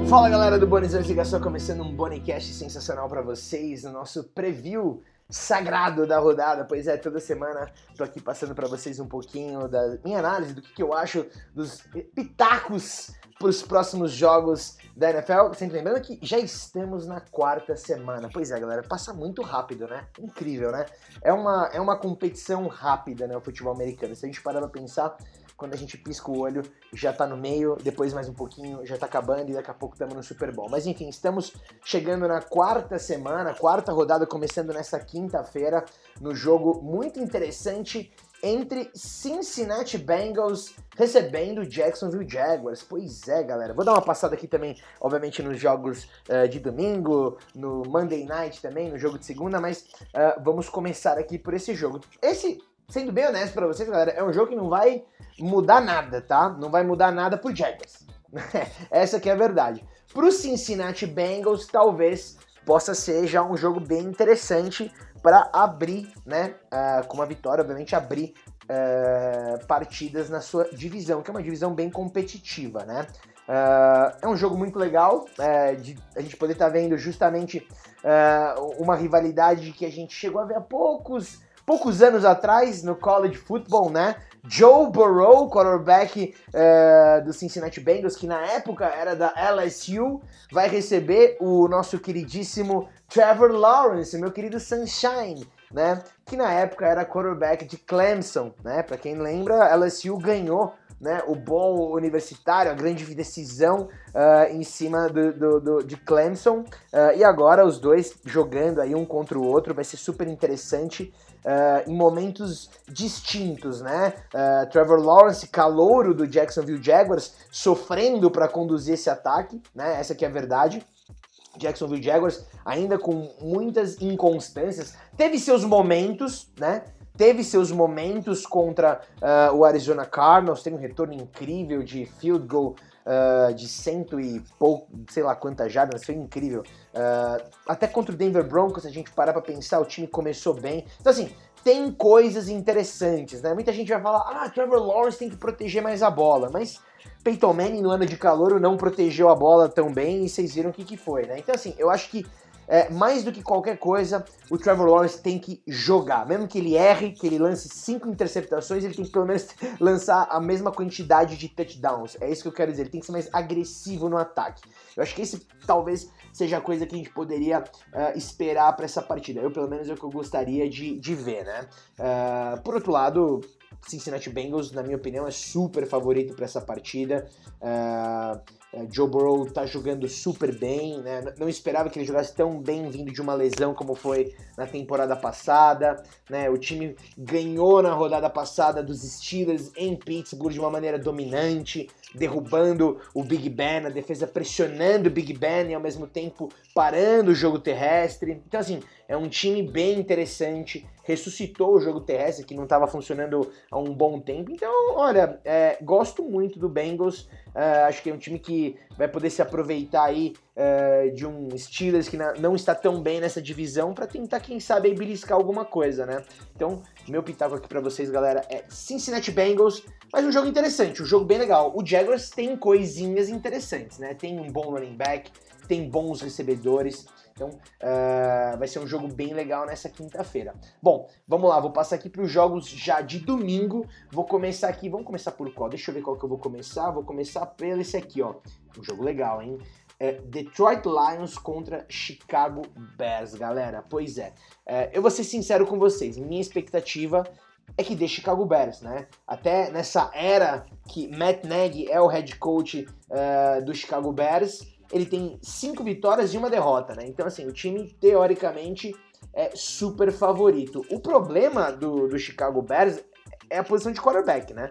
Fala galera do Bonizão de Ligação, começando um Bonicast sensacional pra vocês, no nosso preview sagrado da rodada. Pois é, toda semana tô aqui passando pra vocês um pouquinho da minha análise, do que eu acho dos pitacos pros próximos jogos da NFL. Sempre lembrando que já estamos na quarta semana. Pois é galera, passa muito rápido, né? Incrível, né? É uma competição rápida, né, o futebol americano. Se a gente parar pra pensar, quando a gente pisca o olho, já tá no meio, depois mais um pouquinho, já tá acabando e daqui a pouco estamos no Super Bowl. Mas enfim, estamos chegando na quarta semana, quarta rodada, começando nessa quinta-feira, no jogo muito interessante entre Cincinnati Bengals recebendo Jacksonville Jaguars. Pois é, galera. Vou dar uma passada aqui também, obviamente, nos jogos de domingo, no Monday Night também, no jogo de segunda, mas vamos começar aqui por esse jogo. Sendo bem honesto pra vocês, galera, é um jogo que não vai mudar nada, tá? Não vai mudar nada pro Jaguars. Essa que é a verdade. Pro Cincinnati Bengals, talvez possa ser já um jogo bem interessante para abrir, né? Com uma vitória, obviamente, abrir partidas na sua divisão, que é uma divisão bem competitiva, né? É um jogo muito legal de a gente poder estar vendo justamente uma rivalidade que a gente chegou a ver há poucos anos atrás no college football, né? Joe Burrow, quarterback do Cincinnati Bengals, que na época era da LSU, vai receber o nosso queridíssimo Trevor Lawrence, meu querido Sunshine, né? Que na época era quarterback de Clemson, né? Para quem lembra, a LSU ganhou, né, o bowl universitário, a grande decisão em cima de Clemson, e agora os dois jogando aí um contra o outro, vai ser super interessante em momentos distintos, né? Trevor Lawrence, calouro do Jacksonville Jaguars, sofrendo para conduzir esse ataque, né? Essa que é a verdade. Jacksonville Jaguars ainda com muitas inconstâncias, teve seus momentos, né? Teve seus momentos contra o Arizona Cardinals, tem um retorno incrível de field goal de cento e pouco, sei lá quantas jardas, foi incrível. Até contra o Denver Broncos, se a gente parar pra pensar, o time começou bem. Então assim, tem coisas interessantes, né? Muita gente vai falar, Trevor Lawrence tem que proteger mais a bola, mas Peyton Manning no ano de calouro não protegeu a bola tão bem e vocês viram o que foi, né? Então assim, eu acho que mais do que qualquer coisa, o Trevor Lawrence tem que jogar. Mesmo que ele erre, que ele lance 5 interceptações, ele tem que pelo menos lançar a mesma quantidade de touchdowns. É isso que eu quero dizer, ele tem que ser mais agressivo no ataque. Eu acho que esse talvez seja a coisa que a gente poderia esperar para essa partida. Eu, pelo menos, é o que eu gostaria de ver, né? Por outro lado, Cincinnati Bengals, na minha opinião, é super favorito para essa partida. Joe Burrow tá jogando super bem, né? Não esperava que ele jogasse tão bem vindo de uma lesão como foi na temporada passada, né? O time ganhou na rodada passada dos Steelers em Pittsburgh de uma maneira dominante, derrubando o Big Ben, a defesa pressionando o Big Ben e ao mesmo tempo parando o jogo terrestre. Então assim, é um time bem interessante, ressuscitou o jogo terrestre que não estava funcionando há um bom tempo. Então, olha, gosto muito do Bengals, acho que é um time que vai poder se aproveitar aí de um Steelers que não está tão bem nessa divisão para tentar, quem sabe, aí beliscar alguma coisa, né? Então, meu pitaco aqui para vocês, galera, é Cincinnati Bengals, mas um jogo interessante, um jogo bem legal. O Jaguars tem coisinhas interessantes, né? Tem um bom running back, tem bons recebedores, então vai ser um jogo bem legal nessa quinta-feira. Bom, vamos lá, vou passar aqui para os jogos já de domingo. Vou começar aqui, vamos começar por qual? Deixa eu ver qual que eu vou começar. Vou começar pelo esse aqui, ó. Um jogo legal, hein? Detroit Lions contra Chicago Bears, galera. Pois é, eu vou ser sincero com vocês, minha expectativa é que dê Chicago Bears, né? Até nessa era que Matt Nagy é o head coach do Chicago Bears, ele tem 5 vitórias e 1 derrota, né? Então, assim, o time, teoricamente, é super favorito. O problema do Chicago Bears é a posição de quarterback, né?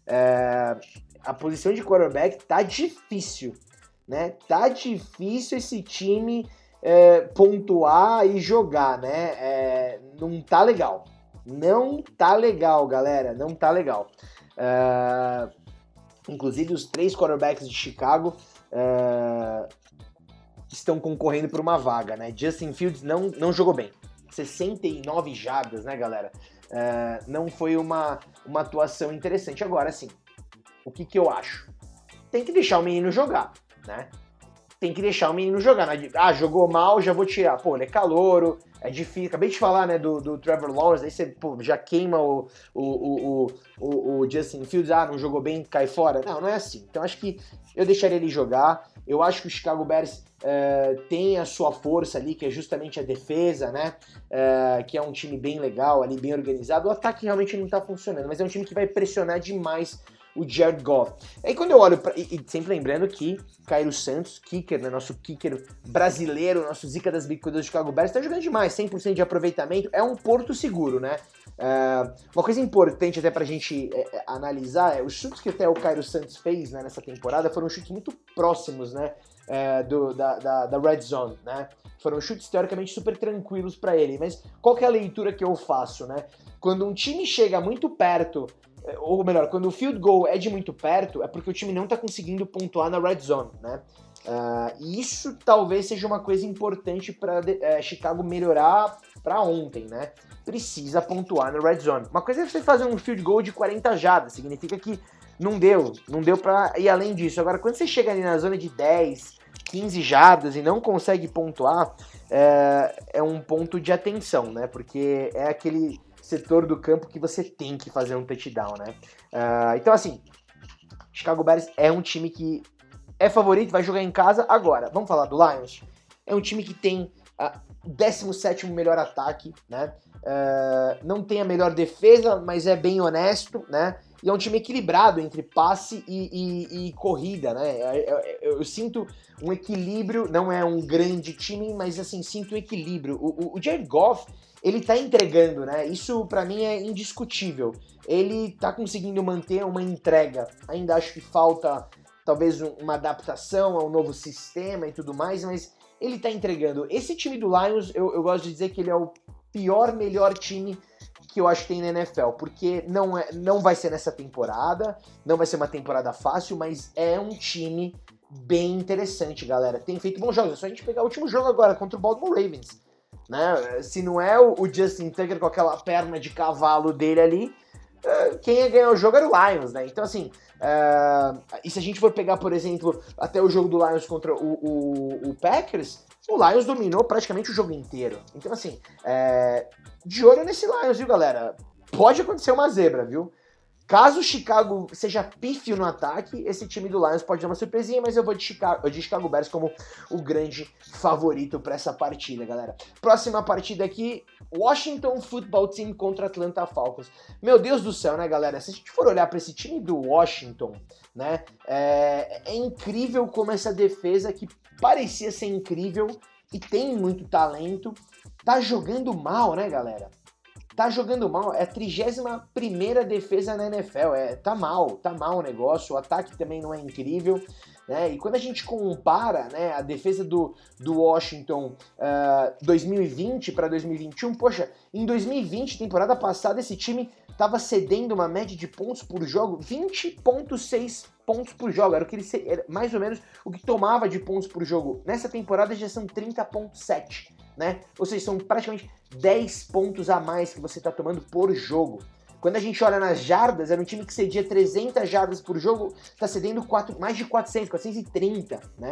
A posição de quarterback tá difícil, né? Tá difícil esse time pontuar e jogar, né? Não tá legal. Não tá legal, galera. Não tá legal. Inclusive, os 3 quarterbacks de Chicago estão concorrendo por uma vaga, né? Justin Fields não jogou bem. 69 jardas, né, galera? Não foi uma atuação interessante. Agora, sim, o que eu acho? Tem que deixar o menino jogar, né? tem que deixar o menino jogar. Jogou mal, já vou tirar. Pô, ele é calouro, é difícil. Acabei de falar, né, do Trevor Lawrence, aí você já queima o Justin Fields. Não jogou bem, cai fora. Não é assim. Então acho que eu deixaria ele jogar. Eu acho que o Chicago Bears tem a sua força ali, que é justamente a defesa, né? Que é um time bem legal ali, bem organizado. O ataque realmente não tá funcionando, mas é um time que vai pressionar demais o Jared Goff. Aí quando eu olho e sempre lembrando que Cairo Santos, kicker, né, nosso kicker brasileiro, nosso zica das bicudas do Chicago Bears, tá jogando demais, 100% de aproveitamento, é um porto seguro, né? Uma coisa importante até pra gente analisar os chutes que até o Cairo Santos fez, né, nessa temporada foram chutes muito próximos, né, da Red Zone, né? Foram chutes teoricamente super tranquilos para ele, mas qual que é a leitura que eu faço, né? Quando um time chega muito perto, ou melhor, quando o field goal é de muito perto, é porque o time não tá conseguindo pontuar na red zone, né? E isso talvez seja uma coisa importante para Chicago melhorar para ontem, né? Precisa pontuar na red zone. Uma coisa é você fazer um field goal de 40 jardas, significa que não deu para ir além disso. Agora, quando você chega ali na zona de 10, 15 jardas e não consegue pontuar, é um ponto de atenção, né? Porque é aquele setor do campo que você tem que fazer um touchdown, né? Então, assim, Chicago Bears é um time que é favorito, vai jogar em casa. Agora, vamos falar do Lions? É um time que tem o 17º melhor ataque, né? Não tem a melhor defesa, mas é bem honesto, né? E é um time equilibrado entre passe e corrida, né? Eu sinto um equilíbrio, não é um grande time, mas assim, sinto um equilíbrio. O Jared Goff, ele tá entregando, né? Isso pra mim é indiscutível. Ele tá conseguindo manter uma entrega. Ainda acho que falta talvez uma adaptação ao novo sistema e tudo mais, mas ele tá entregando. Esse time do Lions, eu gosto de dizer que ele é o melhor time que eu acho que tem na NFL, porque não vai ser nessa temporada, não vai ser uma temporada fácil, mas é um time bem interessante, galera. Tem feito bons jogos, é só a gente pegar o último jogo agora contra o Baltimore Ravens, né? Se não é o Justin Tucker com aquela perna de cavalo dele ali, quem ia ganhar o jogo era o Lions, né? Então, assim, e se a gente for pegar, por exemplo, até o jogo do Lions contra o Packers, o Lions dominou praticamente o jogo inteiro. Então, assim, de olho nesse Lions, viu, galera? Pode acontecer uma zebra, viu? Caso o Chicago seja pífio no ataque, esse time do Lions pode dar uma surpresinha, mas eu vou de Chicago Bears como o grande favorito para essa partida, galera. Próxima partida aqui, Washington Football Team contra Atlanta Falcons. Meu Deus do céu, né, galera? Se a gente for olhar para esse time do Washington, né, é incrível como essa defesa, que parecia ser incrível e tem muito talento, tá jogando mal, né, galera? Tá jogando mal, é a 31ª defesa na NFL, tá mal o negócio, o ataque também não é incrível, né? E quando a gente compara, né, a defesa do Washington 2020 para 2021, poxa, em 2020, temporada passada, esse time tava cedendo uma média de pontos por jogo, 20,6 pontos por jogo, era mais ou menos o que tomava de pontos por jogo. Nessa temporada já são 30,7. Né? Ou seja, são praticamente 10 pontos a mais que você está tomando por jogo. Quando a gente olha nas jardas, era um time que cedia 300 jardas por jogo, está cedendo mais de 430, né?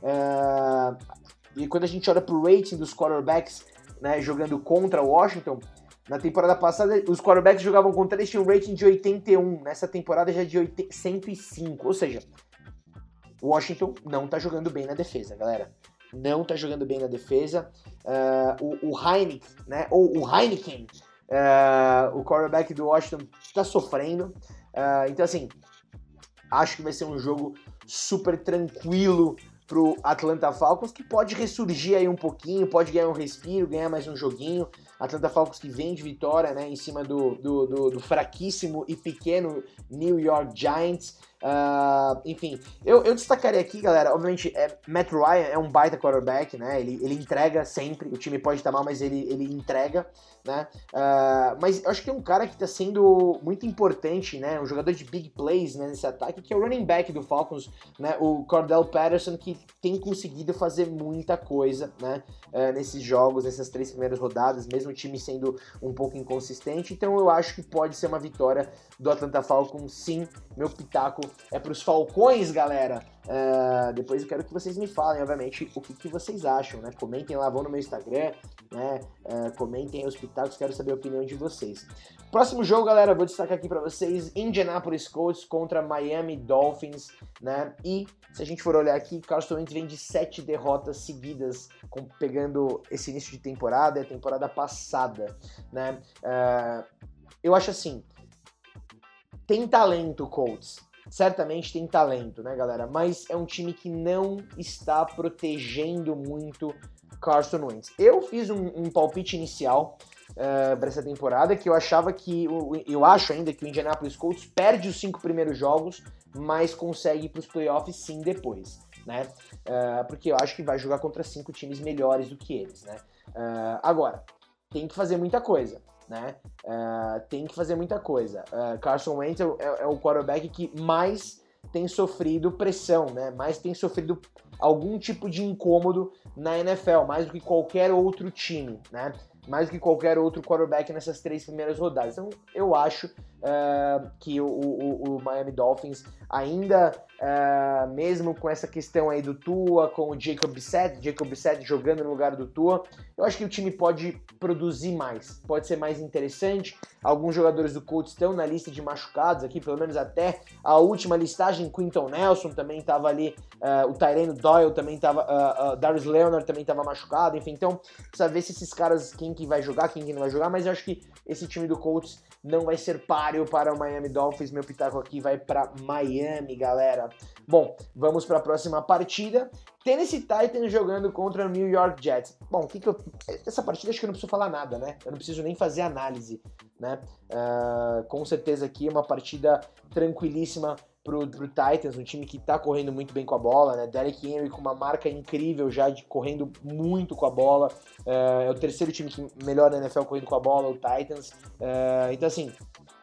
E quando a gente olha para o rating dos quarterbacks, né, jogando contra o Washington, na temporada passada, os quarterbacks jogavam contra eles, tinham um rating de 81, nessa temporada já é de 105, ou seja, o Washington não está jogando bem na defesa, galera. Não tá jogando bem na defesa. O Heineken, né? Ou o Heineken, o quarterback do Washington, tá sofrendo. Então, assim, acho que vai ser um jogo super tranquilo pro Atlanta Falcons, que pode ressurgir aí um pouquinho, pode ganhar um respiro, ganhar mais um joguinho. Atlanta Falcons que vem de vitória, né, em cima do fraquíssimo e pequeno New York Giants. Enfim, eu destacaria aqui, galera, obviamente, Matt Ryan é um baita quarterback, né, ele entrega sempre, o time pode estar mal, mas ele entrega, né, mas eu acho que tem um cara que está sendo muito importante, né, um jogador de big plays, né, nesse ataque, que é o running back do Falcons, né, o Cordell Patterson, que tem conseguido fazer muita coisa, né, nesses jogos, nessas 3 primeiras rodadas, mesmo o time sendo um pouco inconsistente, então eu acho que pode ser uma vitória do Atlanta Falcons, sim. Meu pitaco é para os Falcões, galera. Depois eu quero que vocês me falem, obviamente, o que vocês acham, né? Comentem lá, vão no meu Instagram, né? Comentem os pitacos, quero saber a opinião de vocês. Próximo jogo, galera, vou destacar aqui para vocês, Indianapolis Colts contra Miami Dolphins, né? E se a gente for olhar aqui, Carson Wentz vem de 7 derrotas seguidas, pegando esse início de temporada, a temporada passada, né? Eu acho assim, tem talento, Colts. Certamente tem talento, né, galera? Mas é um time que não está protegendo muito Carson Wentz. Eu fiz um palpite inicial para essa temporada que eu achava que... Eu acho ainda que o Indianapolis Colts perde os 5 primeiros jogos, mas consegue ir para os playoffs sim depois, né? Porque eu acho que vai jogar contra 5 times melhores do que eles, né? Agora, tem que fazer muita coisa, né? Tem que fazer muita coisa. Carson Wentz é o quarterback que mais tem sofrido pressão, né? Mais tem sofrido algum tipo de incômodo na NFL, mais do que qualquer outro time, né? Mais do que qualquer outro quarterback nessas 3 primeiras rodadas. Então, eu acho que o Miami Dolphins ainda, mesmo com essa questão aí do Tua, com o Jacob Brissett jogando no lugar do Tua, eu acho que o time pode produzir mais, pode ser mais interessante. Alguns jogadores do Colts estão na lista de machucados aqui, pelo menos até a última listagem. Quinton Nelson também estava ali, o Tyrone Doyle também estava, Darius Leonard também estava machucado, enfim, então precisa ver se esses caras, quem que vai jogar, quem que não vai jogar, mas eu acho que esse time do Colts não vai ser páreo para o Miami Dolphins. Meu pitaco aqui vai para Miami, galera. Bom, vamos para a próxima partida. Tennessee Titans jogando contra o New York Jets. Bom, essa partida acho que eu não preciso falar nada, né? Eu não preciso nem fazer análise, né? Com certeza aqui é uma partida tranquilíssima pro Titans, um time que tá correndo muito bem com a bola, né? Derrick Henry com uma marca incrível já de correndo muito com a bola. É o terceiro time que melhor da NFL correndo com a bola, o Titans. Então, assim,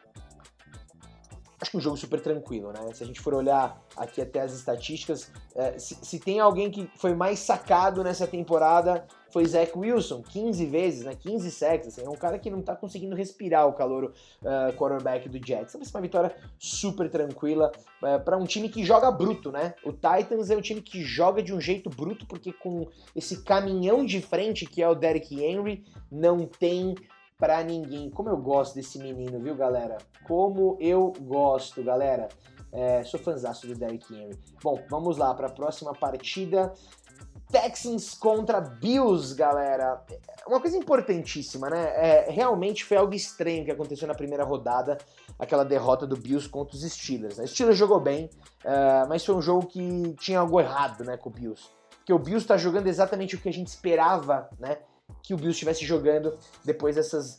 acho que um jogo super tranquilo, né? Se a gente for olhar aqui até as estatísticas, se tem alguém que foi mais sacado nessa temporada, foi Zach Wilson, 15 vezes, né? 15 sacks, assim, é um cara que não tá conseguindo respirar o calor quarterback do Jets. Então vai ser uma vitória super tranquila para um time que joga bruto, né? O Titans é um time que joga de um jeito bruto, porque com esse caminhão de frente que é o Derrick Henry, não tem pra ninguém. Como eu gosto desse menino, viu, galera? Como eu gosto, galera. Sou fãzaço do Derrick Henry. Bom, vamos lá para a próxima partida. Texans contra Bills, galera. Uma coisa importantíssima, né? Realmente foi algo estranho que aconteceu na primeira rodada, aquela derrota do Bills contra os Steelers. A Steelers jogou bem, mas foi um jogo que tinha algo errado, né, com o Bills. Porque o Bills tá jogando exatamente o que a gente esperava, né, que o Bills estivesse jogando depois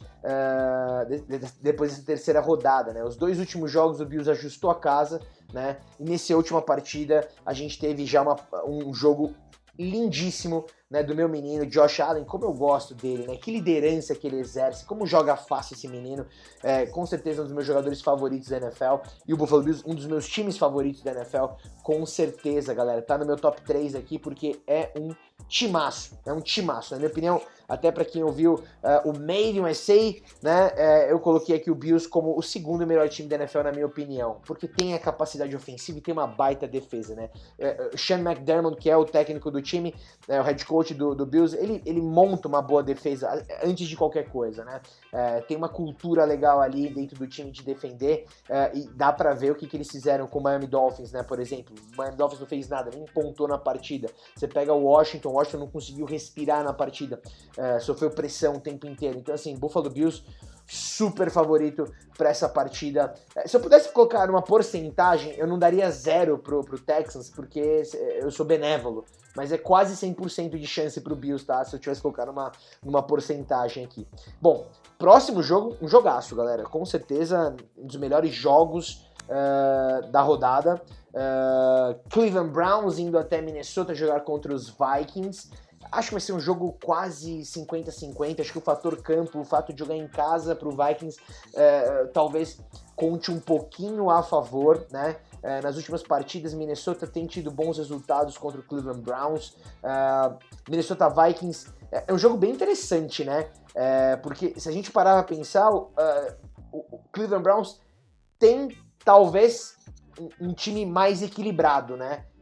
depois dessa terceira rodada, né? Os 2 últimos jogos o Bills ajustou a casa, né? E nessa última partida a gente teve já um jogo lindíssimo, né, do meu menino Josh Allen. Como eu gosto dele, né? Que liderança que ele exerce, como joga fácil esse menino. Com certeza um dos meus jogadores favoritos da NFL, e o Buffalo Bills um dos meus times favoritos da NFL, com certeza, galera. Tá no meu top 3 aqui porque é um timaço, na minha opinião. Até para quem ouviu o Made in USA, né, eu coloquei aqui o Bills como o segundo melhor time da NFL, na minha opinião, porque tem a capacidade ofensiva e tem uma baita defesa, né? Sean McDermott, que é o técnico do time, o head coach do Bills, ele monta uma boa defesa antes de qualquer coisa, né? Tem uma cultura legal ali dentro do time de defender, e dá para ver o que eles fizeram com o Miami Dolphins, né? Por exemplo, o Miami Dolphins não fez nada, nem pontou na partida. Você pega o Washington não conseguiu respirar na partida, sofreu pressão o tempo inteiro. Então, assim, Buffalo Bills super favorito para essa partida. Se eu pudesse colocar uma porcentagem, eu não daria 0 pro Texans, porque eu sou benévolo, mas é quase 100% de chance pro Bills, tá? Se eu tivesse colocado numa porcentagem aqui. Bom, próximo jogo, um jogaço, galera. Com certeza, um dos melhores jogos da rodada. Cleveland Browns indo até Minnesota jogar contra os Vikings. Acho que vai ser um jogo quase 50-50. Acho que o fator campo, o fato de jogar em casa para o Vikings, talvez conte um pouquinho a favor, né? Nas últimas partidas, Minnesota tem tido bons resultados contra o Cleveland Browns. Minnesota Vikings é um jogo bem interessante, né? Porque se a gente parar para pensar, o Cleveland Browns tem talvez um time mais equilibrado, né?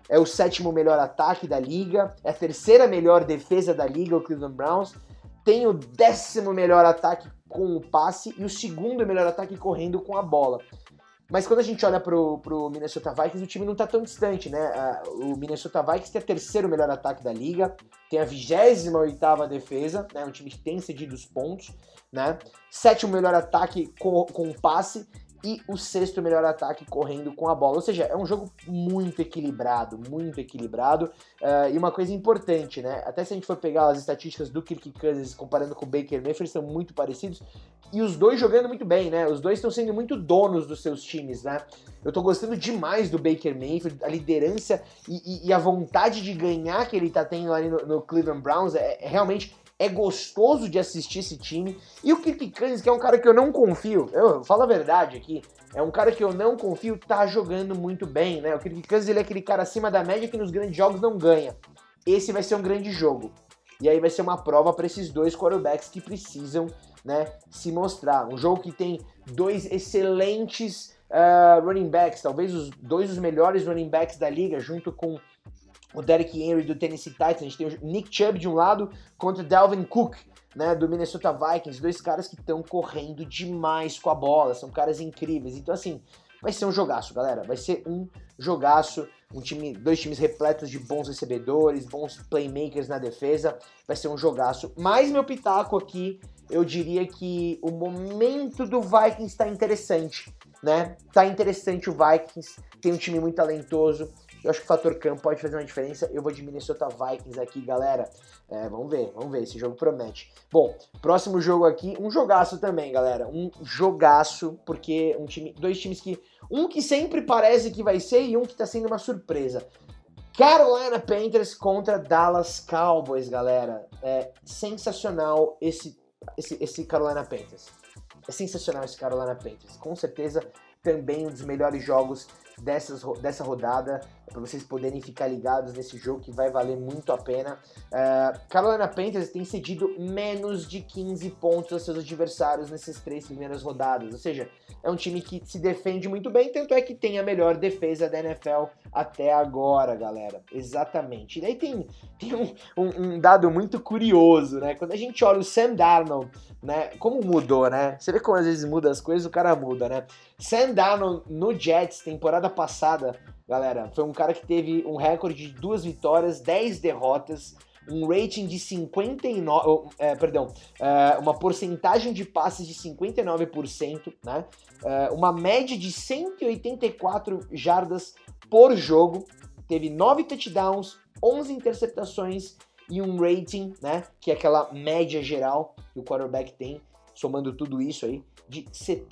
é o 7º melhor ataque da liga, é a 3ª melhor defesa da liga, o Cleveland Browns, tem o 10º melhor ataque com o passe e o 2º melhor ataque correndo com a bola. Mas quando a gente olha pro Minnesota Vikings, o time não tá tão distante, né? O Minnesota Vikings tem o 3º melhor ataque da liga, tem a 28ª defesa, né? Um time que tem cedido os pontos, né? 7º melhor ataque com passe e o 6º melhor ataque correndo com a bola. Ou seja, é um jogo muito equilibrado, e uma coisa importante, né? Até se a gente for pegar as estatísticas do Kirk Cousins comparando com o Baker Mayfield, eles são muito parecidos, e os dois jogando muito bem, né? Os dois estão sendo muito donos dos seus times, né? Eu tô gostando demais do Baker Mayfield, a liderança e a vontade de ganhar que ele tá tendo ali no Cleveland Browns realmente... É gostoso de assistir esse time. E o Kirk Cousins, que é um cara que eu não confio, eu falo a verdade aqui, é um cara que eu não confio, tá jogando muito bem, né? O Kirk Cousins, ele é aquele cara acima da média que nos grandes jogos não ganha. Esse vai ser um grande jogo. E aí vai ser uma prova para esses dois quarterbacks que precisam, né, se mostrar. Um jogo que tem dois excelentes running backs, talvez os melhores running backs da liga, junto com o Derrick Henry do Tennessee Titans. A gente tem o Nick Chubb de um lado contra o Dalvin Cook, né, do Minnesota Vikings. Dois caras que estão correndo demais com a bola, são caras incríveis. Então, assim, vai ser um jogaço, galera. Vai ser um jogaço. Dois times repletos de bons recebedores, bons playmakers na defesa. Vai ser um jogaço. Mas meu pitaco aqui, eu diria que o momento do Vikings está interessante, né? Tá interessante o Vikings, tem um time muito talentoso. Eu acho que o fator campo pode fazer uma diferença. Eu vou de Minnesota Vikings aqui, galera. Vamos ver. Esse jogo promete. Bom, próximo jogo aqui, um jogaço também, galera. Um jogaço, porque dois times que... Um que sempre parece que vai ser e um que tá sendo uma surpresa. Carolina Panthers contra Dallas Cowboys, galera. É sensacional esse Carolina Panthers. É sensacional esse Carolina Panthers. Com certeza, também um dos melhores jogos dessa rodada, para vocês poderem ficar ligados nesse jogo que vai valer muito a pena. Carolina Panthers tem cedido menos de 15 pontos aos seus adversários nessas 3 primeiras rodadas, ou seja, é um time que se defende muito bem, tanto é que tem a melhor defesa da NFL até agora, galera. Exatamente. E daí tem um dado muito curioso, né? Quando a gente olha o Sam Darnold, né? Como mudou, né? Você vê como às vezes muda as coisas, o cara muda, né? Sam Darnold no Jets, temporada passada, galera, foi um cara que teve um recorde de 2 vitórias, 10 derrotas, um rating de 59, uma porcentagem de passes de 59%, né? Uma média de 184 jardas por jogo, teve 9 touchdowns, 11 interceptações e um rating, né, que é aquela média geral que o quarterback tem, somando tudo isso aí, de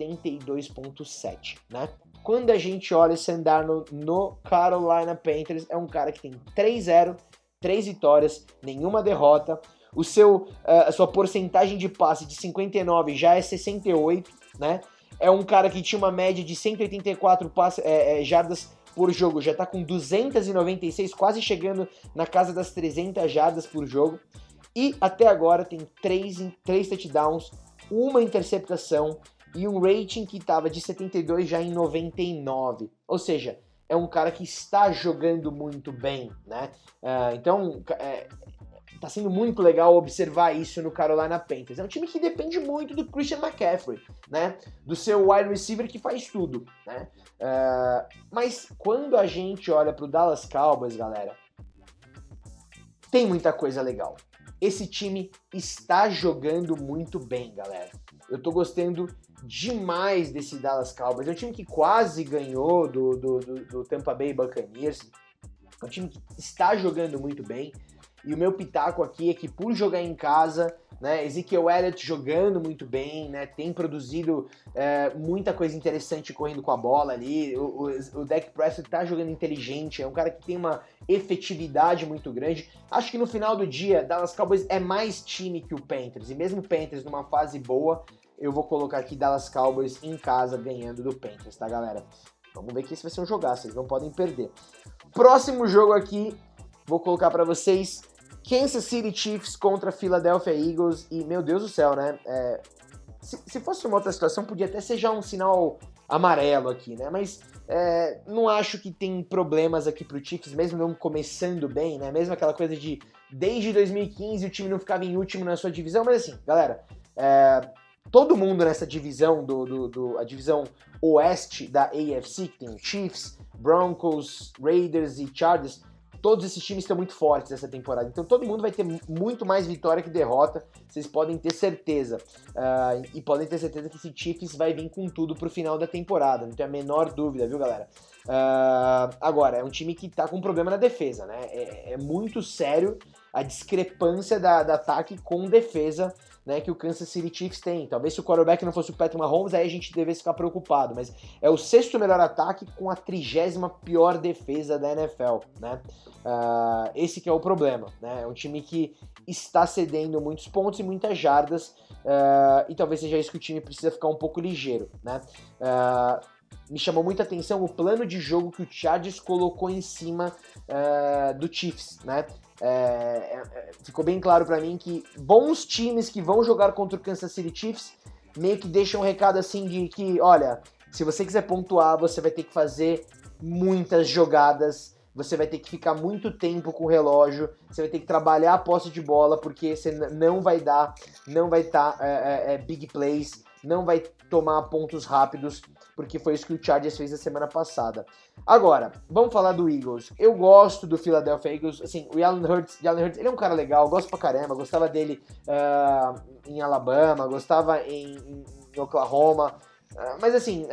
72.7, né? Quando a gente olha o Sam Darnold no Carolina Panthers, é um cara que tem 3-0, 3 vitórias, nenhuma derrota. A sua porcentagem de passe de 59 já é 68, né? É um cara que tinha uma média de 184 jardas por jogo, já tá com 296, quase chegando na casa das 300 jardas por jogo. E até agora tem 3 touchdowns, uma interceptação e um rating que estava de 72 já em 99. Ou seja, é um cara que está jogando muito bem, né? Então, tá sendo muito legal observar isso no Carolina Panthers. É um time que depende muito do Christian McCaffrey, né? Do seu wide receiver que faz tudo, né? Mas quando a gente olha pro Dallas Cowboys, galera, tem muita coisa legal. Esse time está jogando muito bem, galera. Eu tô gostando demais desse Dallas Cowboys. É um time que quase ganhou do Tampa Bay Buccaneers. É um time que está jogando muito bem. E o meu pitaco aqui é que por jogar em casa, né, Ezekiel Elliott jogando muito bem, né, tem produzido muita coisa interessante correndo com a bola ali, o Dak Prescott tá jogando inteligente, é um cara que tem uma efetividade muito grande. Acho que no final do dia, Dallas Cowboys é mais time que o Panthers, e mesmo o Panthers numa fase boa, eu vou colocar aqui Dallas Cowboys em casa ganhando do Panthers, tá, galera? Vamos ver que esse vai ser um jogaço, vocês não podem perder. Próximo jogo aqui, vou colocar pra vocês Kansas City Chiefs contra Philadelphia Eagles. E, meu Deus do céu, né? Se fosse uma outra situação, podia até ser já um sinal amarelo aqui, né? Mas Não acho que tem problemas aqui pro Chiefs, mesmo não começando bem, né? Mesmo aquela coisa de desde 2015 o time não ficava em último na sua divisão, mas assim, galera, todo mundo nessa divisão, a divisão oeste da AFC, que tem Chiefs, Broncos, Raiders e Chargers, todos esses times estão muito fortes essa temporada. Então todo mundo vai ter muito mais vitória que derrota, vocês podem ter certeza. E podem ter certeza que esse Chiefs vai vir com tudo pro final da temporada, não tem a menor dúvida, viu, galera? Agora, é um time que tá com problema na defesa, né? É muito sério a discrepância da ataque com defesa, né, que o Kansas City Chiefs tem. Talvez se o quarterback não fosse o Patrick Mahomes, aí a gente devesse ficar preocupado, mas é o 6º melhor ataque com a 30ª pior defesa da NFL, né? Esse que é o problema, né? É um time que está cedendo muitos pontos e muitas jardas, e talvez seja isso que o time precisa ficar um pouco ligeiro, né? Me chamou muita atenção o plano de jogo que o Chargers colocou em cima do Chiefs, né? Ficou bem claro pra mim que bons times que vão jogar contra o Kansas City Chiefs meio que deixam um recado assim de que, olha, se você quiser pontuar, você vai ter que fazer muitas jogadas, você vai ter que ficar muito tempo com o relógio, você vai ter que trabalhar a posse de bola, porque você não vai dar big plays, não vai tomar pontos rápidos, porque foi isso que o Chargers fez a semana passada. Agora, vamos falar do Eagles. Eu gosto do Philadelphia Eagles, assim, o Jalen Hurts, ele é um cara legal, gosto pra caramba, gostava dele em Alabama, gostava em Oklahoma, mas assim,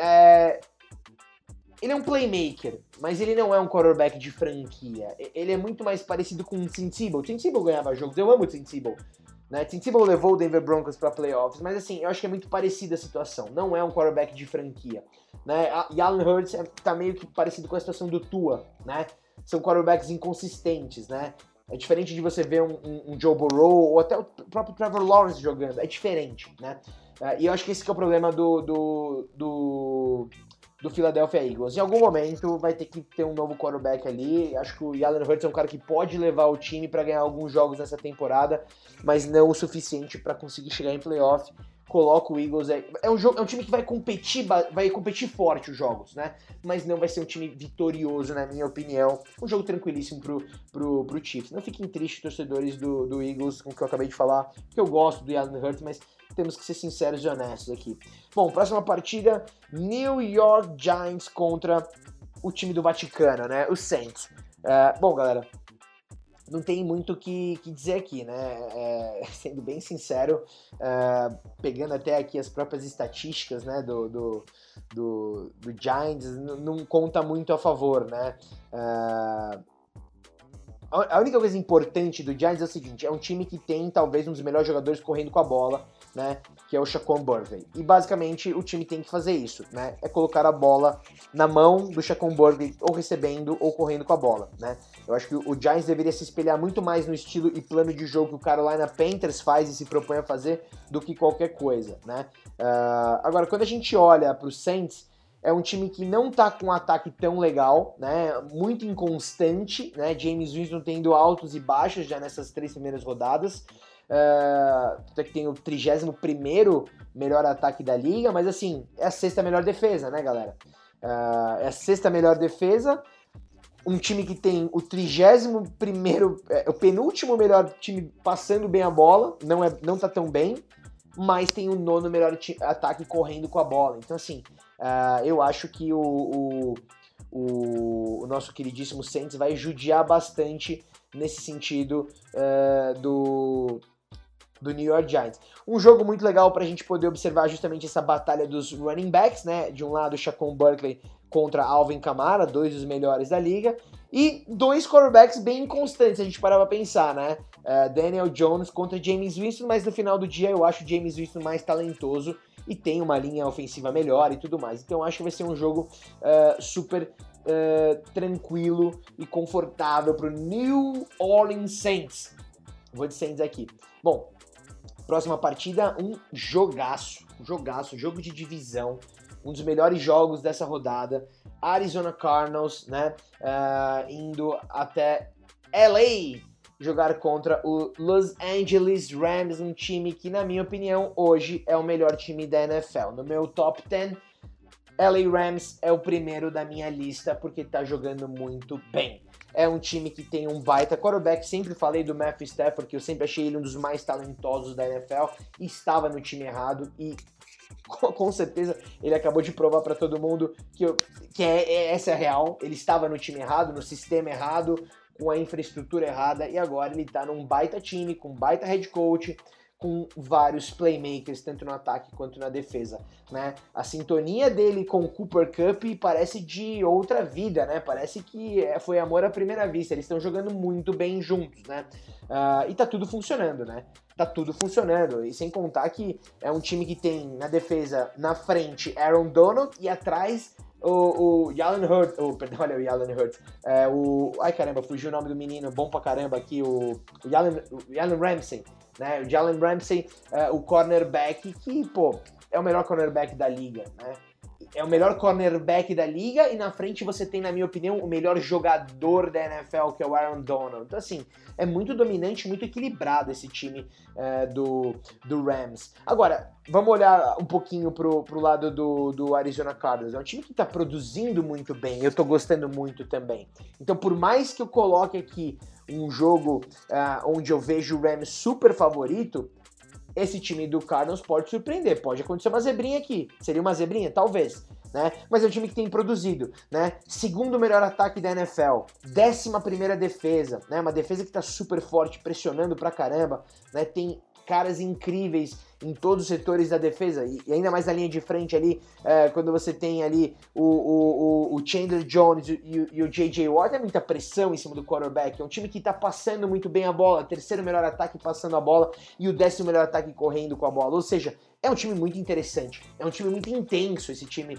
ele é um playmaker, mas ele não é um quarterback de franquia. Ele é muito mais parecido com o Tim Tebow. O Tim Tebow ganhava jogos, eu amo o Tim Tebow. Né? Tim Tebow levou o Denver Broncos para playoffs, mas assim, eu acho que é muito parecida a situação. Não é um quarterback de franquia. Né? E Jalen Hurts tá meio que parecido com a situação do Tua, né? São quarterbacks inconsistentes, né? É diferente de você ver um Joe Burrow ou até o próprio Trevor Lawrence jogando. É diferente, né? E eu acho que esse que é o problema do Philadelphia Eagles. Em algum momento vai ter que ter um novo quarterback ali. Acho que o Jalen Hurts é um cara que pode levar o time para ganhar alguns jogos nessa temporada, mas não o suficiente para conseguir chegar em playoff. Coloca o Eagles é um time que vai competir forte os jogos, né? Mas não vai ser um time vitorioso, na minha opinião. Um jogo tranquilíssimo pro Chiefs. Não fiquem tristes, torcedores do Eagles, com o que eu acabei de falar, que eu gosto do Jalen Hurts, mas temos que ser sinceros e honestos aqui. Bom, próxima partida, New York Giants contra o time do Vaticano, né? Os Saints. Bom, galera, não tem muito o que dizer aqui, né? Sendo bem sincero, pegando até aqui as próprias estatísticas, né, do Giants, não conta muito a favor, né? A única coisa importante do Giants é o seguinte, é um time que tem talvez um dos melhores jogadores correndo com a bola, né, que é o Saquon Barkley. E basicamente o time tem que fazer isso, né, é colocar a bola na mão do Saquon Barkley, ou recebendo ou correndo com a bola, né. Eu acho que o Giants deveria se espelhar muito mais no estilo e plano de jogo que o Carolina Panthers faz e se propõe a fazer do que qualquer coisa, né. Agora, quando a gente olha para os Saints, é um time que não tá com um ataque tão legal, né? Muito inconstante, né? James Winston tendo altos e baixos já nessas 3 primeiras rodadas. Até que tem o 31º melhor ataque da liga, mas assim, é a 6ª melhor defesa, né, galera? É a 6ª melhor defesa. Um time que tem o 31º, o penúltimo melhor time passando bem a bola, não tá tão bem, mas tem o 9º melhor ataque correndo com a bola. Então, assim, eu acho que o nosso queridíssimo Saints vai judiar bastante nesse sentido do New York Giants. Um jogo muito legal pra gente poder observar justamente essa batalha dos running backs, né? De um lado, Saquon Barkley contra Alvin Kamara, 2 dos melhores da liga, e 2 quarterbacks bem inconstantes, a gente parar pra pensar, né? Daniel Jones contra James Winston, mas no final do dia eu acho o James Winston mais talentoso e tem uma linha ofensiva melhor e tudo mais. Então eu acho que vai ser um jogo super tranquilo e confortável pro New Orleans Saints. Vou de Saints aqui. Bom, próxima partida, um jogaço, jogo de divisão, um dos melhores jogos dessa rodada. Arizona Cardinals, né, indo até LA jogar contra o Los Angeles Rams, um time que, na minha opinião, hoje é o melhor time da NFL. No meu top 10, LA Rams é o primeiro da minha lista porque tá jogando muito bem. É um time que tem um baita quarterback, sempre falei do Matthew Stafford, que eu sempre achei ele um dos mais talentosos da NFL, e estava no time errado, e com certeza ele acabou de provar para todo mundo essa é a real. Ele estava no time errado, no sistema errado, com a infraestrutura errada, e agora ele tá num baita time, com um baita head coach, com vários playmakers, tanto no ataque quanto na defesa, né? A sintonia dele com o Cooper Kupp parece de outra vida, né? Parece que foi amor à primeira vista. Eles estão jogando muito bem juntos, né? E tá tudo funcionando, né? Tá tudo funcionando. E sem contar que é um time que tem na defesa, na frente, Aaron Donald e atrás o Jalen Hurts, perdão, olha o Jalen Hurts, ai caramba, fugiu o nome do menino, bom pra caramba aqui, o Jalen Ramsey, né, o Jalen Ramsey, o cornerback que, pô, é o melhor cornerback da liga, né, é o melhor cornerback da liga e na frente você tem, na minha opinião, o melhor jogador da NFL, que é o Aaron Donald. Então, assim, é muito dominante, muito equilibrado esse time do Rams. Agora, vamos olhar um pouquinho pro lado do Arizona Cardinals. É um time que tá produzindo muito bem, eu tô gostando muito também. Então, por mais que eu coloque aqui um jogo onde eu vejo o Rams super favorito, esse time do Cardinals pode surpreender, pode acontecer uma zebrinha aqui. Seria uma zebrinha? Talvez, né? Mas é um time que tem produzido, né? Segundo melhor ataque da NFL, 11ª defesa, né? Uma defesa que tá super forte, pressionando pra caramba, né? Tem caras incríveis em todos os setores da defesa, e ainda mais na linha de frente ali, quando você tem ali o Chandler Jones e o J.J. Watt, é muita pressão em cima do quarterback. É um time que tá passando muito bem a bola, terceiro melhor ataque passando a bola e o 10º melhor ataque correndo com a bola, ou seja, é um time muito interessante, é um time muito intenso esse time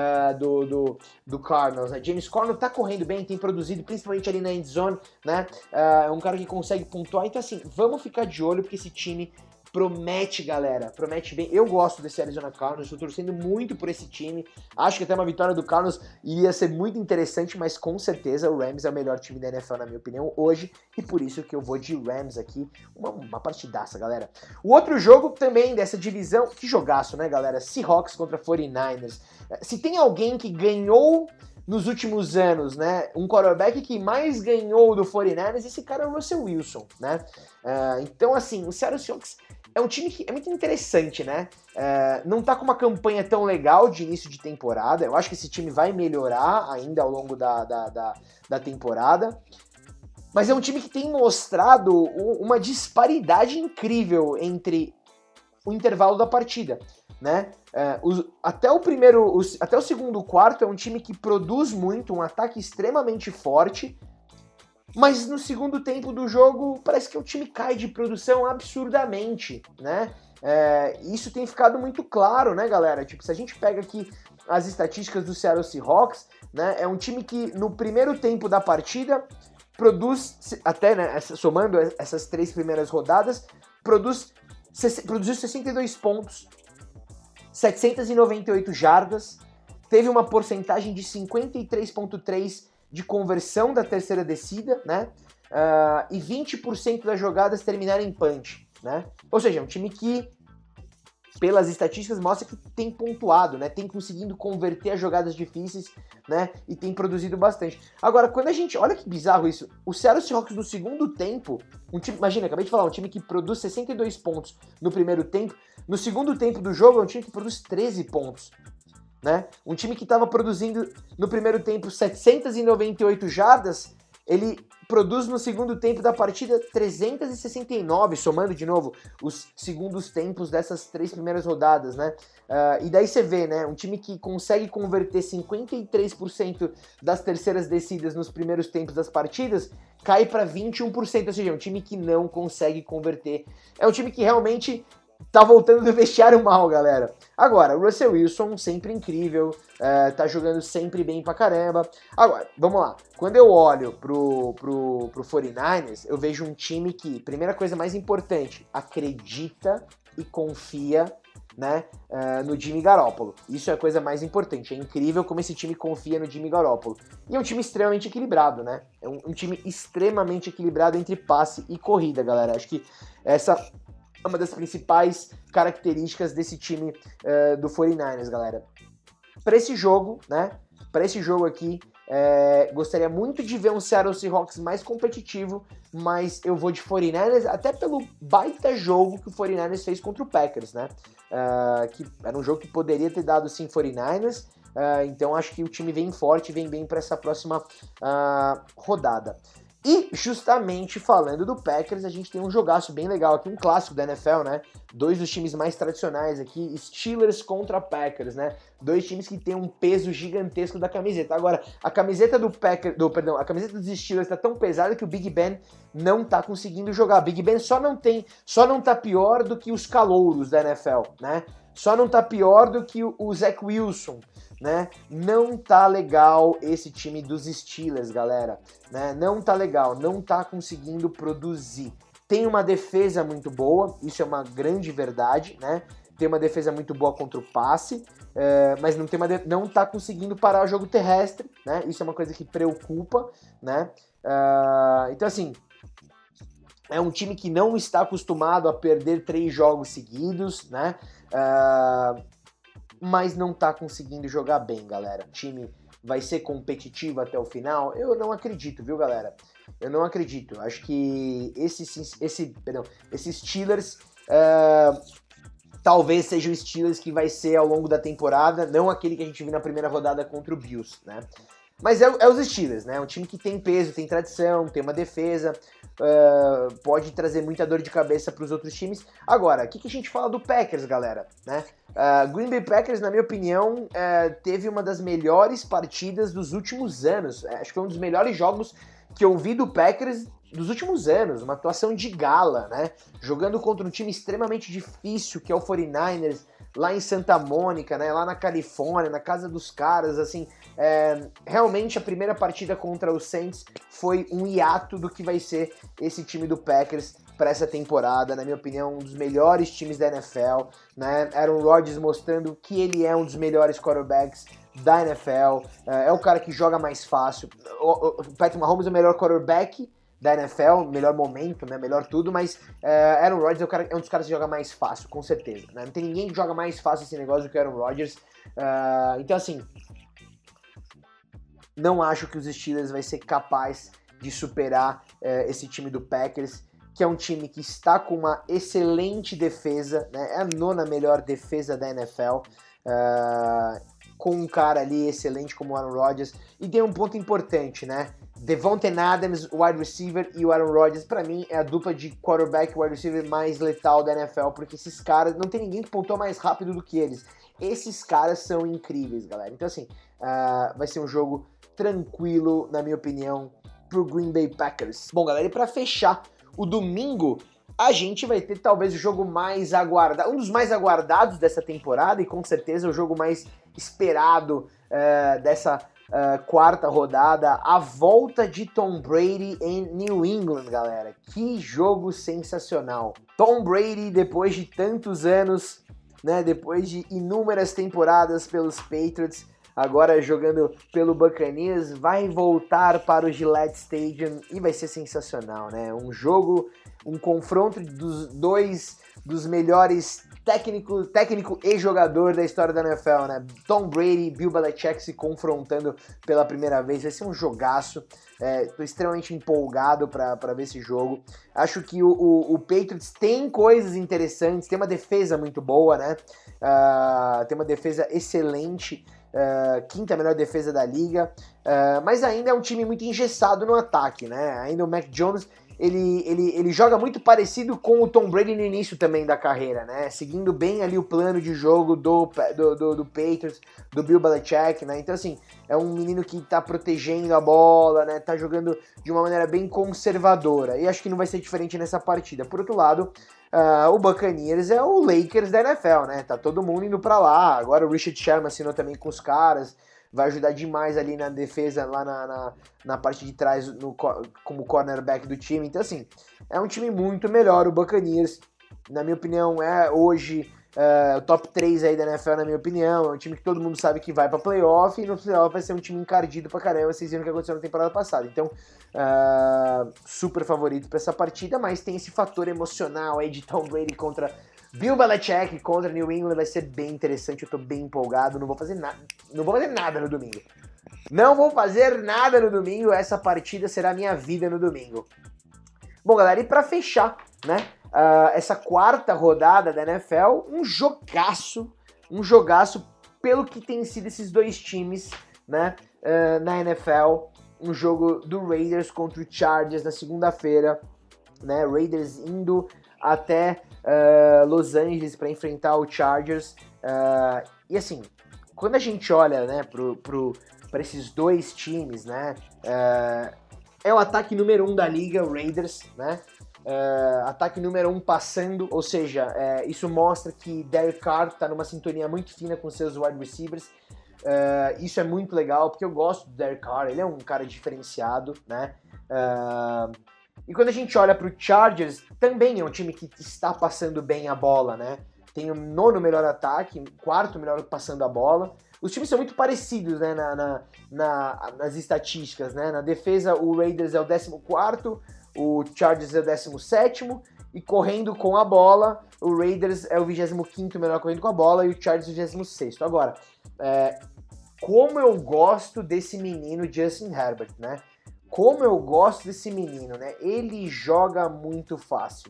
do Cardinals, né? James Conner tá correndo bem, tem produzido, principalmente ali na end zone, né? É um cara que consegue pontuar, então assim, vamos ficar de olho porque esse time promete, galera, promete bem. Eu gosto desse Arizona Cardinals, estou torcendo muito por esse time. Acho que até uma vitória do Cardinals iria ser muito interessante, mas com certeza o Rams é o melhor time da NFL, na minha opinião, hoje, e por isso que eu vou de Rams aqui. Uma partidaça, galera. O outro jogo também dessa divisão, que jogaço, né, galera? Seahawks contra 49ers. Se tem alguém que ganhou nos últimos anos, né, um quarterback que mais ganhou do 49ers, esse cara é o Russell Wilson, né? Então, assim, o Seattle Seahawks é um time que é muito interessante, né? Não tá com uma campanha tão legal de início de temporada. Eu acho que esse time vai melhorar ainda ao longo da temporada. Mas é um time que tem mostrado uma disparidade incrível entre o intervalo da partida, né? Até o segundo quarto é um time que produz muito, um ataque extremamente forte. Mas no segundo tempo do jogo, parece que o time cai de produção absurdamente, né? Isso tem ficado muito claro, né, galera? Tipo, se a gente pega aqui as estatísticas do Seattle Seahawks, né? É um time que no primeiro tempo da partida produz, até, né, somando essas 3 primeiras rodadas, produziu 62 pontos, 798 jardas, teve uma porcentagem de 53,3% de conversão da terceira descida, né? E 20% das jogadas terminaram em punch, né? Ou seja, é um time que, pelas estatísticas, mostra que tem pontuado, né? Tem conseguido converter as jogadas difíceis, né? E tem produzido bastante. Agora, quando a gente... Olha que bizarro isso. O Seattle Seahawks no segundo tempo... Imagina, acabei de falar, um time que produz 62 pontos no primeiro tempo. No segundo tempo do jogo, é um time que produz 13 pontos. Né? Um time que estava produzindo no primeiro tempo 798 jardas, ele produz no segundo tempo da partida 369, somando de novo os segundos tempos dessas 3 primeiras rodadas, né? E daí você vê, né? Um time que consegue converter 53% das terceiras descidas nos primeiros tempos das partidas, cai para 21%, ou seja, é um time que não consegue converter. É um time que realmente tá voltando do vestiário mal, galera. Agora, o Russell Wilson, sempre incrível, tá jogando sempre bem pra caramba. Agora, vamos lá. Quando eu olho pro 49ers, eu vejo um time que, primeira coisa mais importante, acredita e confia, né, no Jimmy Garoppolo. Isso é a coisa mais importante. É incrível como esse time confia no Jimmy Garoppolo. E é um time extremamente equilibrado, né? É um time extremamente equilibrado entre passe e corrida, galera. Acho que essa uma das principais características desse time do 49ers, galera. para esse jogo, né? Para esse jogo aqui, gostaria muito de ver um Seattle Seahawks mais competitivo, mas eu vou de 49ers, até pelo baita jogo que o 49ers fez contra o Packers, né? Que era um jogo que poderia ter dado sim 49ers, então acho que o time vem forte, vem bem para essa próxima rodada. E justamente falando do Packers, a gente tem um jogaço bem legal aqui, um clássico da NFL, né? Dois dos times mais tradicionais aqui, Steelers contra Packers, né? Dois times que têm um peso gigantesco da camiseta. Agora, a camiseta a camiseta dos Steelers tá tão pesada que o Big Ben não tá conseguindo jogar. Big Ben só não tá pior do que os calouros da NFL, né? Só não tá pior do que o Zach Wilson, né? Não tá legal esse time dos Steelers, galera, né? Não tá legal, não tá conseguindo produzir. Tem uma defesa muito boa, isso é uma grande verdade, né? Tem uma defesa muito boa contra o passe, mas não tá conseguindo parar o jogo terrestre, né? Isso é uma coisa que preocupa, né? Então, assim, é um time que não está acostumado a perder 3 jogos seguidos, né? Mas não tá conseguindo jogar bem, galera. O time vai ser competitivo até o final? Eu não acredito, viu, galera? Eu não acredito. Acho que esses Steelers talvez seja o Steelers que vai ser ao longo da temporada, não aquele que a gente viu na primeira rodada contra o Bills, né? Mas é os Steelers, né? Um time que tem peso, tem tradição, tem uma defesa, pode trazer muita dor de cabeça para os outros times. Agora, o que a gente fala do Packers, galera? Né? Green Bay Packers, na minha opinião, teve uma das melhores partidas dos últimos anos. Acho que foi um dos melhores jogos que eu vi do Packers dos últimos anos. Uma atuação de gala, né? Jogando contra um time extremamente difícil, que é o 49ers, lá em Santa Mônica, né, lá na Califórnia, na casa dos caras, assim, realmente a primeira partida contra o Saints foi um hiato do que vai ser esse time do Packers para essa temporada, na minha opinião, um dos melhores times da NFL, né, Aaron Rodgers mostrando que ele é um dos melhores quarterbacks da NFL, é o cara que joga mais fácil, o Patrick Mahomes é o melhor quarterback da NFL, melhor momento, né, melhor tudo, mas Aaron Rodgers é um dos caras que joga mais fácil, com certeza, né? Não tem ninguém que joga mais fácil esse negócio do que Aaron Rodgers, então assim, não acho que os Steelers vai ser capaz de superar esse time do Packers, que é um time que está com uma excelente defesa, né? É a 9ª melhor defesa da NFL, com um cara ali excelente como o Aaron Rodgers, e tem um ponto importante, né? Devontae Adams, wide receiver, e o Aaron Rodgers, pra mim, é a dupla de quarterback e wide receiver mais letal da NFL, porque esses caras, não tem ninguém que pontua mais rápido do que eles. Esses caras são incríveis, galera. Então, assim, vai ser um jogo tranquilo, na minha opinião, pro Green Bay Packers. Bom, galera, e pra fechar o domingo, a gente vai ter talvez o jogo mais aguardado, um dos mais aguardados dessa temporada, e com certeza o jogo mais esperado dessa quarta rodada, a volta de Tom Brady em New England, galera. Que jogo sensacional. Tom Brady, depois de tantos anos, né, depois de inúmeras temporadas pelos Patriots, agora jogando pelo Buccaneers, vai voltar para o Gillette Stadium e vai ser sensacional, né? Um jogo, um confronto dos melhores técnico e jogador da história da NFL, né? Tom Brady e Bill Belichick se confrontando pela primeira vez, vai ser um jogaço. Tô extremamente empolgado para ver esse jogo. Acho que o Patriots tem coisas interessantes, tem uma defesa muito boa, né? Tem uma defesa excelente, 5ª melhor defesa da liga, mas ainda é um time muito engessado no ataque, né? Ainda o Mac Jones, ele joga muito parecido com o Tom Brady no início também da carreira, né? Seguindo bem ali o plano de jogo do Patriots, do Bill Belichick, né? Então, assim, é um menino que tá protegendo a bola, né? Tá jogando de uma maneira bem conservadora. E acho que não vai ser diferente nessa partida. Por outro lado, o Buccaneers é o Lakers da NFL, né? Tá todo mundo indo pra lá. Agora o Richard Sherman assinou também com os caras. Vai ajudar demais ali na defesa, lá na parte de trás, como cornerback do time. Então, assim, é um time muito melhor. O Buccaneers, na minha opinião, é hoje o top 3 aí da NFL, na minha opinião. É um time que todo mundo sabe que vai pra playoff, e no playoff vai ser um time encardido pra caramba. Vocês viram o que aconteceu na temporada passada. Então, super favorito pra essa partida, mas tem esse fator emocional aí de Tom Brady contra Bill Belichick contra New England vai ser bem interessante, eu tô bem empolgado, não vou fazer nada no domingo. Não vou fazer nada no domingo, essa partida será minha vida no domingo. Bom, galera, e pra fechar, né, essa quarta rodada da NFL, um jogaço pelo que tem sido esses dois times, né, na NFL, um jogo do Raiders contra o Chargers na segunda-feira, né, Raiders indo até Los Angeles para enfrentar o Chargers, e assim, quando a gente olha, né, para esses dois times, né, é o ataque número 1 da liga, o Raiders, né, ataque número 1 passando, ou seja, isso mostra que Derek Carr está numa sintonia muito fina com seus wide receivers. Isso é muito legal, porque eu gosto do Derek Carr, ele é um cara diferenciado, né? E quando a gente olha para o Chargers, também é um time que está passando bem a bola, né? Tem o 9º melhor ataque, 4º melhor passando a bola. Os times são muito parecidos, né, nas estatísticas, né? Na defesa, o Raiders é o 14º, o Chargers é o 17º, e correndo com a bola, o Raiders é o 25º melhor correndo com a bola e o Chargers o 26º. Agora, como eu gosto desse menino Justin Herbert, né? Como eu gosto desse menino, né? Ele joga muito fácil.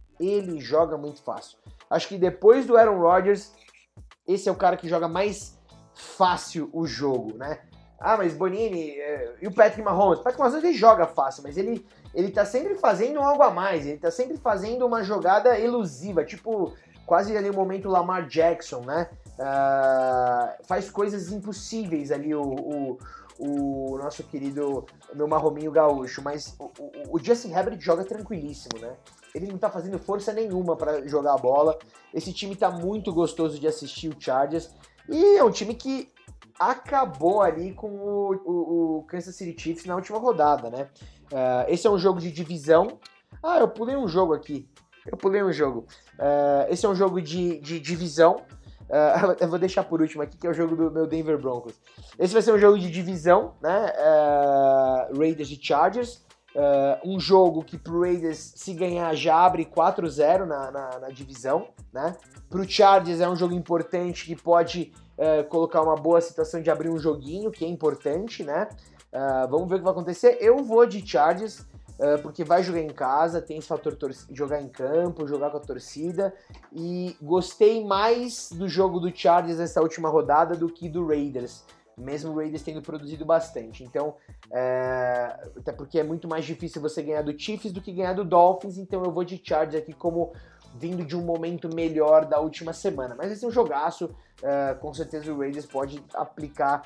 Acho que depois do Aaron Rodgers, esse é o cara que joga mais fácil o jogo, né? Mas Bonini, e o Patrick Mahomes? O Patrick Mahomes ele joga fácil, mas ele tá sempre fazendo algo a mais, ele tá sempre fazendo uma jogada elusiva, tipo quase ali o momento Lamar Jackson, né? Faz coisas impossíveis ali o nosso querido, meu marrominho gaúcho, mas o Justin Herbert joga tranquilíssimo, né? Ele não tá fazendo força nenhuma para jogar a bola. Esse time tá muito gostoso de assistir, o Chargers, e é um time que acabou ali com o Kansas City Chiefs na última rodada, né? Esse é um jogo de divisão. Eu pulei um jogo aqui. Esse é um jogo de divisão. Eu vou deixar por último aqui, que é o jogo do meu Denver Broncos. Esse vai ser um jogo de divisão, né? Raiders e Chargers. Um jogo que pro Raiders, se ganhar, já abre 4-0 na divisão, né? Pro Chargers é um jogo importante que pode colocar uma boa situação de abrir um joguinho, que é importante, né? Vamos ver o que vai acontecer. Eu vou de Chargers, porque vai jogar em casa, tem esse fator jogar em campo, jogar com a torcida, e gostei mais do jogo do Chargers nessa última rodada do que do Raiders, mesmo o Raiders tendo produzido bastante. Então, até porque é muito mais difícil você ganhar do Chiefs do que ganhar do Dolphins, então eu vou de Chargers aqui como vindo de um momento melhor da última semana. Mas esse é um jogaço, com certeza o Raiders pode aplicar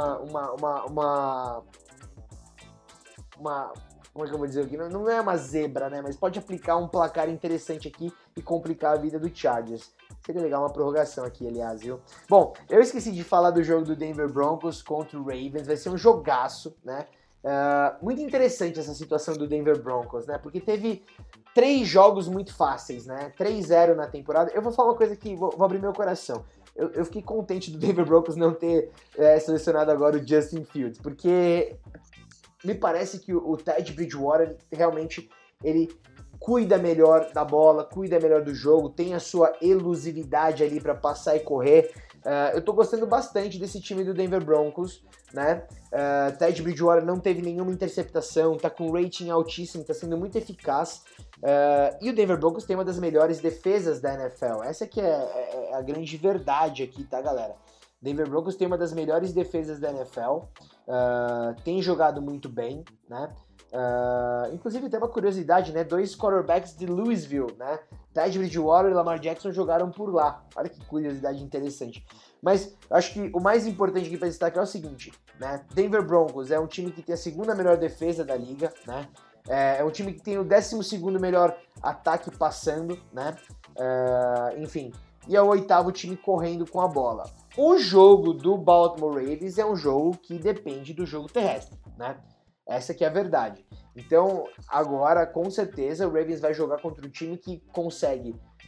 como é que eu vou dizer aqui? Não é uma zebra, né? Mas pode aplicar um placar interessante aqui e complicar a vida do Chargers. Seria legal uma prorrogação aqui, aliás, viu? Bom, eu esqueci de falar do jogo do Denver Broncos contra o Ravens. Vai ser um jogaço, né? Muito interessante essa situação do Denver Broncos, né? Porque teve 3 jogos muito fáceis, né? 3-0 na temporada. Eu vou falar uma coisa aqui, vou abrir meu coração. Eu fiquei contente do Denver Broncos não ter selecionado agora o Justin Fields, porque me parece que o Teddy Bridgewater realmente ele cuida melhor da bola, cuida melhor do jogo, tem a sua elusividade ali para passar e correr. Eu tô gostando bastante desse time do Denver Broncos, né? Teddy Bridgewater não teve nenhuma interceptação, tá com rating altíssimo, tá sendo muito eficaz. E o Denver Broncos tem uma das melhores defesas da NFL. Essa que é a grande verdade aqui, tá, galera? Denver Broncos tem uma das melhores defesas da NFL, tem jogado muito bem, né? Inclusive tem uma curiosidade, né? 2 quarterbacks de Louisville, né? Teddy Bridgewater e Lamar Jackson jogaram por lá. Olha que curiosidade interessante. Mas acho que o mais importante aqui para destacar é o seguinte, né? Denver Broncos é um time que tem a 2ª melhor defesa da liga, né? É um time que tem o 12º melhor ataque passando, né? Enfim, e é o 8º time correndo com a bola. O jogo do Baltimore Ravens é um jogo que depende do jogo terrestre, né? Essa que é a verdade. Então, agora, com certeza, o Ravens vai jogar contra um time que consegue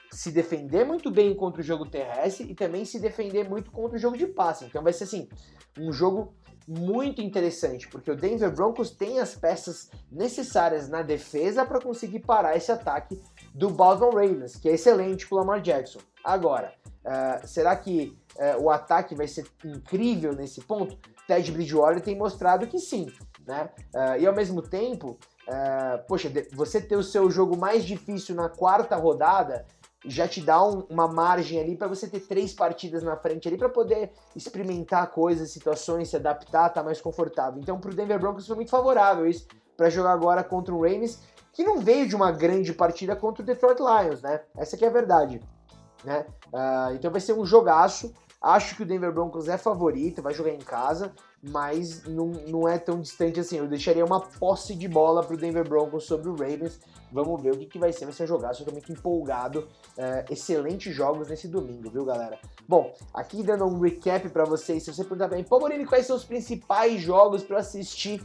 se defender muito bem contra o jogo terrestre e também se defender muito contra o jogo de passe. Então vai ser assim, um jogo muito interessante, porque o Denver Broncos tem as peças necessárias na defesa para conseguir parar esse ataque do Baltimore Ravens, que é excelente com o Lamar Jackson. Agora, será que o ataque vai ser incrível nesse ponto? Ted Bridgewater tem mostrado que sim, né? E ao mesmo tempo, poxa, você ter o seu jogo mais difícil na quarta rodada já te dá uma margem ali para você ter 3 partidas na frente ali para poder experimentar coisas, situações, se adaptar, tá mais confortável. Então pro Denver Broncos foi muito favorável isso para jogar agora contra o Ravens, que não veio de uma grande partida contra o Detroit Lions, né? Essa que é a verdade, né? Então vai ser um jogaço. Acho que o Denver Broncos é favorito, vai jogar em casa, mas não é tão distante assim. Eu deixaria uma posse de bola pro Denver Broncos sobre o Ravens. Vamos ver o que vai ser um jogaço. Eu tô muito empolgado. Excelentes jogos nesse domingo, viu, galera? Bom, aqui dando um recap pra vocês. Se você perguntar bem, pô, Morini, quais são os principais jogos pra assistir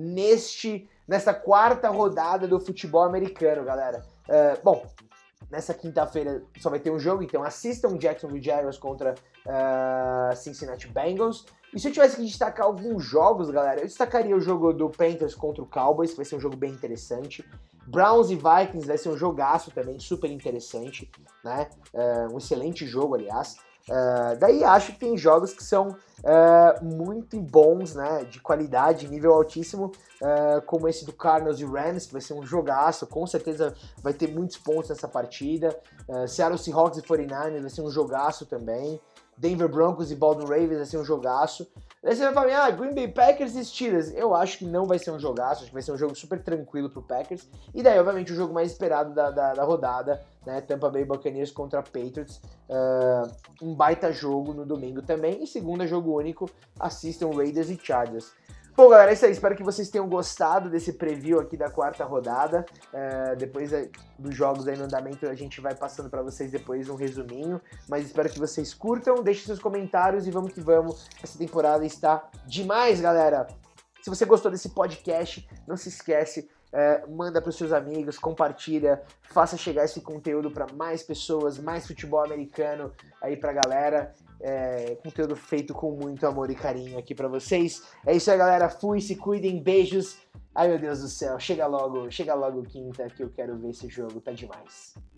nessa quarta rodada do futebol americano, galera? Bom, nessa quinta-feira só vai ter um jogo, então assistam Jacksonville Jaguars contra Cincinnati Bengals. E se eu tivesse que destacar alguns jogos, galera, eu destacaria o jogo do Panthers contra o Cowboys, que vai ser um jogo bem interessante. Browns e Vikings vai ser um jogaço também, super interessante, né? Um excelente jogo, aliás. Daí acho que tem jogos que são muito bons, né, de qualidade, nível altíssimo, como esse do Cardinals e Rams, que vai ser um jogaço, com certeza vai ter muitos pontos nessa partida. Seattle Seahawks e 49ers vai ser um jogaço também. Denver Broncos e Baltimore Ravens vai ser um jogaço. Daí você vai falar, Green Bay Packers e Steelers. Eu acho que não vai ser um jogaço, acho que vai ser um jogo super tranquilo pro Packers. E daí, obviamente, o jogo mais esperado da rodada, né? Tampa Bay Buccaneers contra Patriots. Um baita jogo no domingo também. E segunda, jogo único, assistam Raiders e Chargers. Bom, galera, é isso aí. Espero que vocês tenham gostado desse preview aqui da quarta rodada. Depois dos jogos aí no andamento, a gente vai passando para vocês depois um resuminho. Mas espero que vocês curtam, deixem seus comentários e vamos que vamos. Essa temporada está demais, galera. Se você gostou desse podcast, não se esquece, manda para os seus amigos, compartilha, faça chegar esse conteúdo para mais pessoas, mais futebol americano aí pra galera. Conteúdo feito com muito amor e carinho aqui pra vocês. É isso aí, galera. Fui, se cuidem, beijos. Ai, meu Deus do céu. Chega logo quinta que eu quero ver esse jogo. Tá demais.